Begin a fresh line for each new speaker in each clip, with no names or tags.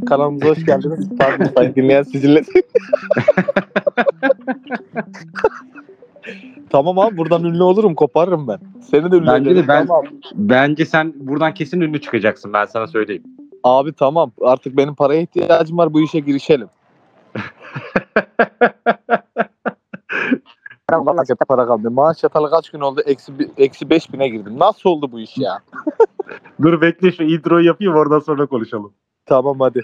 Kanalımıza hoş geldiniz. Pardon sayın dinleyen sizinle. Tamam abi, buradan ünlü olurum, koparırım ben. Seni de ünlü
Bence
ederim.
de
Tamam.
bence sen buradan kesin ünlü çıkacaksın, ben sana söyleyeyim.
Abi tamam, artık benim paraya ihtiyacım var, bu işe girişelim. Vallahi cepte para kalmıyor. Maaş yatalı kaç gün oldu? Eksi 5.000'e girdim. Nasıl oldu bu iş ya?
Dur bekle, şu introyu yapayım, oradan sonra konuşalım.
Tamam hadi.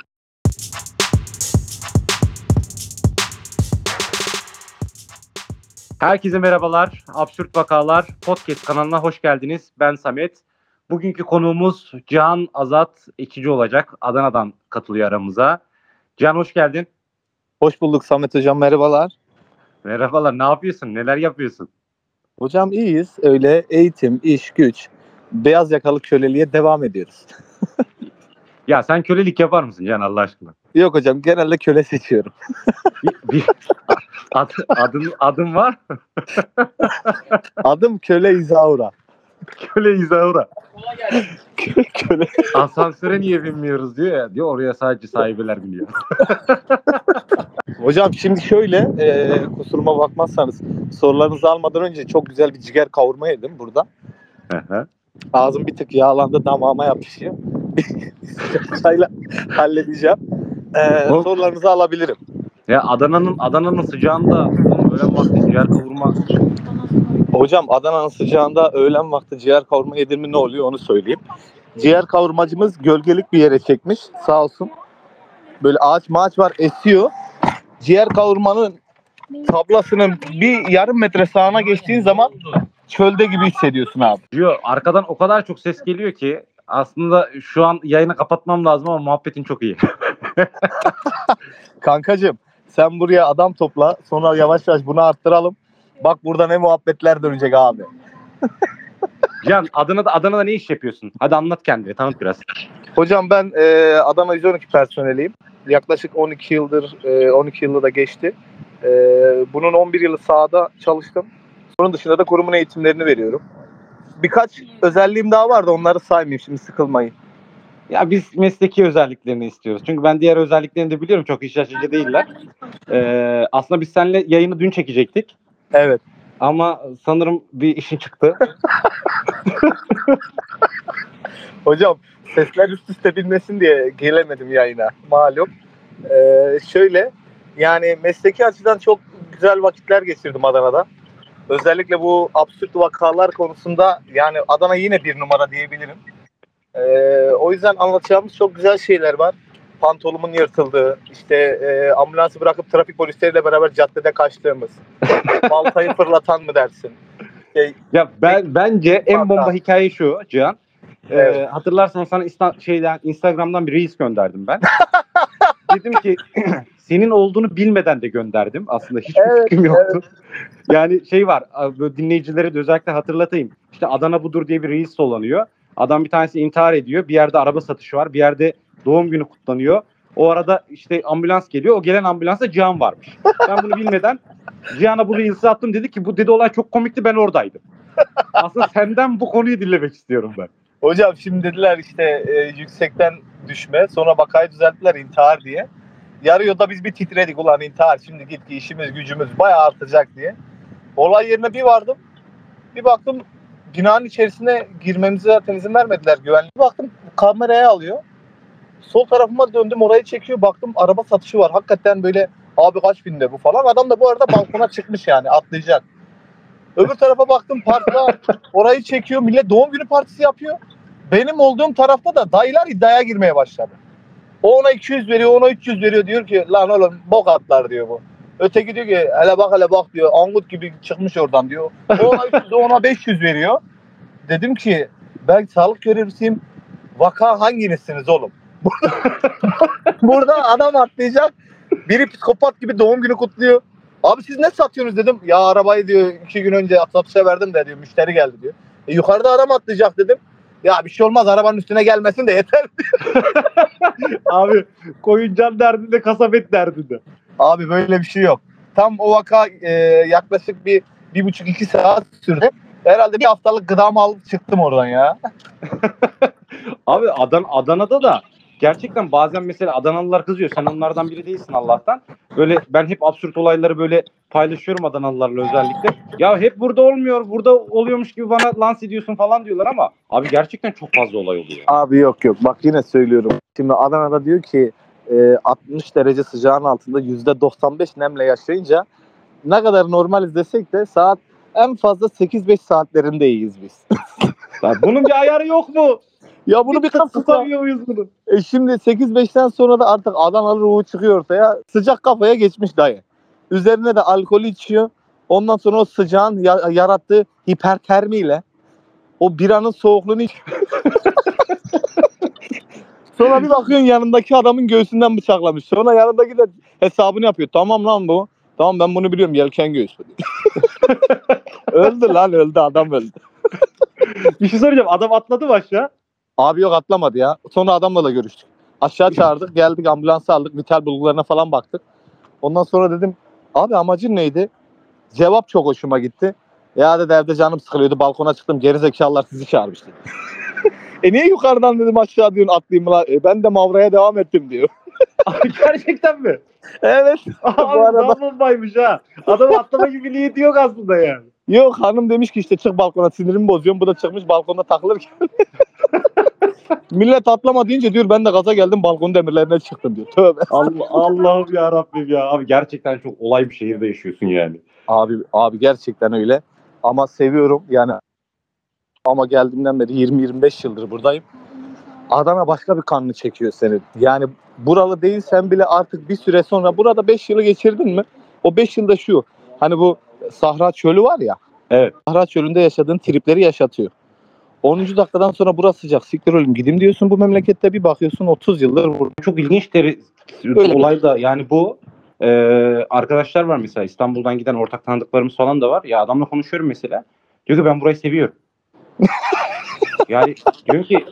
Herkese merhabalar. Absürt Vakalar Podcast kanalına hoş geldiniz. Ben Samet. Bugünkü konuğumuz Can Azat Ekici olacak. Adana'dan katılıyor aramıza. Can, hoş geldin.
Hoş bulduk Samet hocam, merhabalar.
Merhabalar. Ne yapıyorsun? Neler yapıyorsun?
Hocam iyiyiz. Öyle eğitim, iş, güç, beyaz yakalı köleliğe devam ediyoruz.
Ya sen kölelik yapar mısın Can, Allah aşkına?
Yok hocam, genelde köle seçiyorum.
Adın var mı?
Adım Köle İzaura.
Köle İzaura.
Köle.
Asansöre niye binmiyoruz diyor ya. Diyor oraya sadece sahibiler biniyor.
Hocam şimdi şöyle, kusuruma bakmazsanız, sorularınızı almadan önce çok güzel bir ciğer kavurma yedim burada. Ağzım bir tık yağlandı, damağıma yapışıyor. Çayla halledeceğim. Sorularınızı alabilirim.
Ya Adana'nın sıcağında öğlen vakti ciğer kavurma.
Hocam Adana'nın sıcağında öğlen vakti ciğer kavurma yedim mi ne oluyor onu söyleyeyim. Ciğer kavurmacımız gölgelik bir yere çekmiş sağ olsun. Böyle ağaç var, esiyor. Ciğer kavurmanın tablasının bir yarım metre sağına geçtiğin zaman çölde gibi hissediyorsun abi.
Diyor arkadan o kadar çok ses geliyor ki aslında şu an yayını kapatmam lazım ama muhabbetin çok iyi.
Kankacığım sen buraya adam topla, sonra yavaş yavaş bunu arttıralım. Bak burada ne muhabbetler dönecek abi.
Can, Adana'da ne iş yapıyorsun? Hadi anlat kendini, tanıt biraz.
Hocam ben Adana 112 personeliyim. Yaklaşık 12 yılı da geçti. Bunun 11 yılı sahada çalıştım. Bunun dışında da kurumun eğitimlerini veriyorum. Birkaç özelliğim daha vardı, onları saymayayım şimdi, sıkılmayın.
Ya biz mesleki özelliklerini istiyoruz. Çünkü ben diğer özelliklerini de biliyorum. Çok iş açıcı değiller. Aslında biz seninle yayını dün çekecektik.
Evet.
Ama sanırım bir işin çıktı.
Hocam sesler üst üste binmesin diye gelemedim yayına. Malum. Şöyle, yani mesleki açıdan çok güzel vakitler geçirdim Adana'da. Özellikle bu absürt vakalar konusunda yani Adana yine bir numara diyebilirim. O yüzden anlatacağımız çok güzel şeyler var. Pantolumun yırtıldığı, işte ambulansı bırakıp trafik polisleriyle beraber caddede kaçtığımız, baltayı fırlatan mı dersin?
Ya bence en bomba hikaye şu Cihan.
Evet.
Hatırlarsan sana Instagram'dan bir reels gönderdim ben. Dedim ki senin olduğunu bilmeden de gönderdim. Aslında hiçbir fikrim yoktu. Evet. Yani şey var, dinleyicilere de özellikle hatırlatayım. İşte Adana budur diye bir reels dolanıyor. Adam bir tanesi intihar ediyor. Bir yerde araba satışı var. Bir yerde doğum günü kutlanıyor. O arada işte ambulans geliyor. O gelen ambulansta Cihan varmış. Ben bunu bilmeden Cihan'a bu reels'i attım. Dedi ki bu olay çok komikti, ben oradaydım. Aslında senden bu konuyu dinlemek istiyorum ben.
Hocam şimdi dediler işte yüksekten düşme. Sonra vakayı düzelttiler, intihar diye. Yarı yolda biz bir titredik, ulan intihar şimdi git ki işimiz gücümüz bayağı artacak diye. Olay yerine bir vardım. Bir baktım binanın içerisine girmemize zaten izin vermediler, güvenli. Baktım kameraya alıyor. Sol tarafıma döndüm, orayı çekiyor. Baktım araba satışı var. Hakikaten böyle abi kaç binde bu falan. Adam da bu arada balkona çıkmış, yani atlayacak. Öbür tarafa baktım parkta, orayı çekiyor. Millet doğum günü partisi yapıyor. Benim olduğum tarafta da dayılar iddiaya girmeye başladı. O ona 200 veriyor, ona 300 veriyor. Diyor ki lan oğlum bok atlar diyor bu. Öteki diyor ki hele bak diyor. Angut gibi çıkmış oradan diyor. O ona 300, o ona 500 veriyor. Dedim ki ben sağlık görevlisiyim. Vaka hanginizsiniz oğlum? Burada adam atlayacak. Biri psikopat gibi doğum günü kutluyor. Abi siz ne satıyorsunuz dedim. Ya arabayı diyor 2 gün önce satışa verdim de diyor. Müşteri geldi diyor. Yukarıda adam atlayacak dedim. Ya bir şey olmaz, arabanın üstüne gelmesin de yeter diyor.
Abi koyuncan derdinde, kasap et derdinde.
Abi böyle bir şey yok. Tam o vaka yaklaşık bir 1,5-2 saat sürdü. Herhalde bir haftalık gıdamı alıp çıktım oradan ya.
Abi Adana'da da gerçekten bazen mesela Adanalılar kızıyor. Sen onlardan biri değilsin Allah'tan. Böyle ben hep absürt olayları böyle paylaşıyorum Adanalılarla özellikle. Ya hep burada olmuyor. Burada oluyormuş gibi bana lanse ediyorsun falan diyorlar ama abi gerçekten çok fazla olay oluyor.
Abi yok bak yine söylüyorum. Şimdi Adana'da diyor ki 60 derece sıcağın altında %95 nemle yaşayınca ne kadar normaliz desek de saat en fazla 8-5 saatlerindeyiz biz.
Ya bunun bir ayarı yok mu?
Ya bunu bir kasıtla.
tutamıyor muyuz bunu?
Şimdi 8-5'ten sonra da artık Adanalı ruhu çıkıyor ortaya. Sıcak kafaya geçmiş dayı. Üzerine de alkolü içiyor. Ondan sonra o sıcağın yarattığı hipertermiyle o biranın soğukluğunu sonra bir bakıyorsun yanındaki adamın göğsünden bıçaklamış. Sonra yanındaki de hesabını yapıyor. Tamam lan bu. Tamam ben bunu biliyorum. Yelken göğüs. Öldü lan adam öldü.
Bir şey soracağım. Adam atladı mı aşağı?
Abi yok atlamadı ya. Sonra adamla da görüştük. Aşağı çağırdık. Geldik ambulansa aldık. Vital bulgularına falan baktık. Ondan sonra dedim abi amacın neydi? Cevap çok hoşuma gitti. Ya dedi evde canım sıkılıyordu. Balkona çıktım. Gerizekalılar sizi çağırmıştı. Niye yukarıdan dedim aşağı diyorsun atlayayım lan. Ben de mavraya devam ettim diyor.
Abi gerçekten mi?
Evet.
Abi
Bu arada-
daha bombaymış ha. Adam atlama gibi bir niyeti yok aslında yani.
Yok hanım demiş ki işte çık balkona sinirimi bozuyorum. Bu da çıkmış balkonda takılırken. Millet atlama deyince diyor ben de gaza geldim balkon demirlerine çıktım diyor. Tövbe.
Allah'ım ya Rabbim ya. Abi gerçekten çok olay bir şehirde yaşıyorsun yani.
Abi gerçekten öyle. Ama seviyorum yani. Ama geldiğimden beri 20-25 yıldır buradayım. Adana başka bir kanını çekiyor senin. Yani buralı değilsen bile artık bir süre sonra burada 5 yılı geçirdin mi? O 5 yılda şu. Hani bu Sahra Çölü var ya.
Evet.
Sahra Çölü'nde yaşadığın tripleri yaşatıyor. 10. dakikadan sonra burası sıcak. Siktir oğlum gideyim diyorsun bu memlekette bir bakıyorsun 30 yıldır burada.
Çok ilginç olay da yani bu arkadaşlar var mesela İstanbul'dan giden ortak tanıdıklarımız falan da var. Ya adamla konuşuyorum mesela. Diyor ki ben burayı seviyorum. Yani diyor ki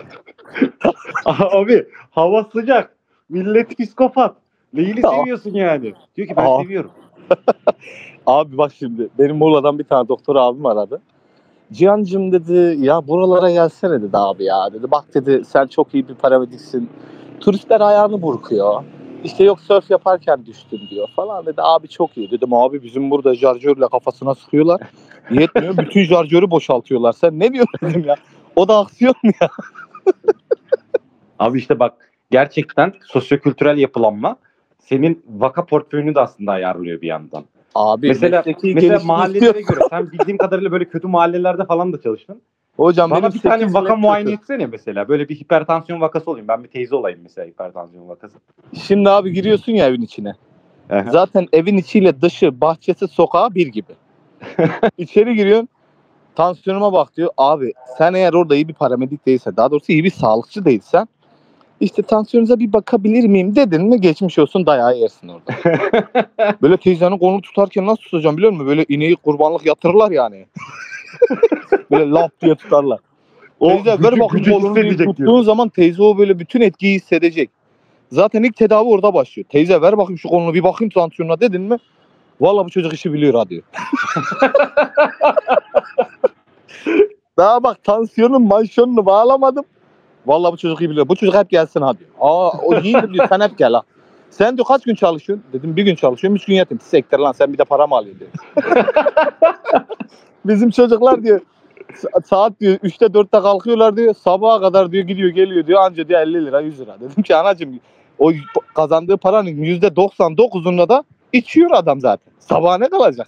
abi hava sıcak. Millet psikopat. Neyini seviyorsun yani? Diyor ki ben seviyorum.
Abi bak şimdi benim Muğla'dan bir tane doktor abim aradı. Cihancığım dedi ya buralara gelsene dedi abi ya dedi. Bak dedi sen çok iyi bir paramediksin. Turistler ayağını burkuyor. İşte yok sörf yaparken düştüm diyor falan dedi. Abi çok iyi dedim abi bizim burada şarjörle kafasına sıkıyorlar. Yetmiyor bütün şarjörü boşaltıyorlar. Sen ne diyorsun dedim ya. O da aksiyon mu ya?
Abi işte bak gerçekten sosyokültürel yapılanma senin vaka portföyünü de aslında ayarlıyor bir yandan.
Abi
mesela mahallelere göre sen bildiğim kadarıyla böyle kötü mahallelerde falan da çalıştın.
Hocam
bana bir tane vaka muayene
kötü.
etsene mesela. Böyle bir hipertansiyon vakası olayım. Ben bir teyze olayım mesela hipertansiyon vakası.
Şimdi abi giriyorsun ya evin içine.
Aha.
Zaten evin içiyle dışı, bahçesi, sokağı bir gibi. İçeri giriyorsun. Tansiyonuma bak diyor. Abi sen eğer orada iyi bir paramedik değilsen, daha doğrusu iyi bir sağlıkçı değilsen işte tansiyonunuza bir bakabilir miyim dedin mi geçmiş olsun dayağı yersin orada. Böyle teyzenin kolunu tutarken nasıl tutacağım biliyor musun? Böyle ineği kurbanlık yatırırlar yani. Böyle laf diye tutarlar. Teyze ver bakayım kolunu diye tuttuğun zaman teyze o böyle bütün etkiyi hissedecek. Zaten ilk tedavi orada başlıyor. Teyze ver bakayım şu kolunu bir bakayım tansiyonuna dedin mi? Vallahi bu çocuk işi biliyor ha diyor. Daha bak tansiyonun manşonunu bağlamadım. Vallahi bu çocuk iyi biliyor. Bu çocuk hep gelsin ha diyor. O yiğidim diyor sen hep gel ha. Sen diyor kaç gün çalışıyorsun? Dedim bir gün çalışıyorum 3 gün yatayım. Sektir lan sen bir de para mı alıyorsun diyor. Bizim çocuklar diyor saat diyor 3'te 4'te kalkıyorlar diyor. Sabaha kadar diyor gidiyor geliyor diyor. Anca diyor 50 lira 100 lira. Dedim ki anacığım o kazandığı paranın %99'unda da içiyor adam zaten. Sabaha ne kalacak?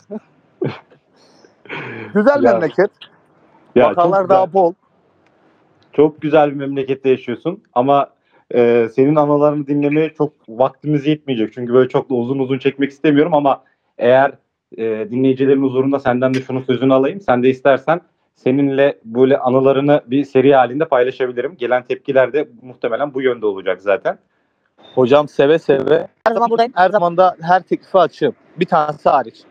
Güzel
Ya.
memleket.
Ya,
Vakalar daha bol.
Çok güzel bir memlekette yaşıyorsun ama senin anılarını dinlemeye çok vaktimiz yetmeyecek. Çünkü böyle çok da uzun çekmek istemiyorum ama eğer dinleyicilerin huzurunda senden de şunun sözünü alayım. Sen de istersen seninle böyle anılarını bir seri halinde paylaşabilirim. Gelen tepkiler de muhtemelen bu yönde olacak zaten.
Hocam seve seve.
Her zaman buradayım.
Her zaman da her teklifi açığım. Bir tanesi hariç.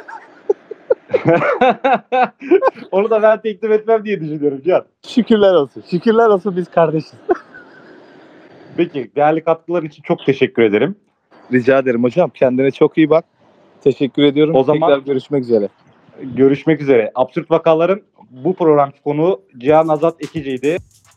Onu da ben teklif etmem diye düşünüyorum Can.
Şükürler olsun. Şükürler olsun biz kardeşiz.
Peki değerli katkılar için çok teşekkür ederim.
Rica ederim hocam. Kendine çok iyi bak. Teşekkür ediyorum.
O zaman
tekrar görüşmek üzere.
Görüşmek üzere. Absürt Vakaların bu programki konuğu Cihan Azat Ekici'ydi.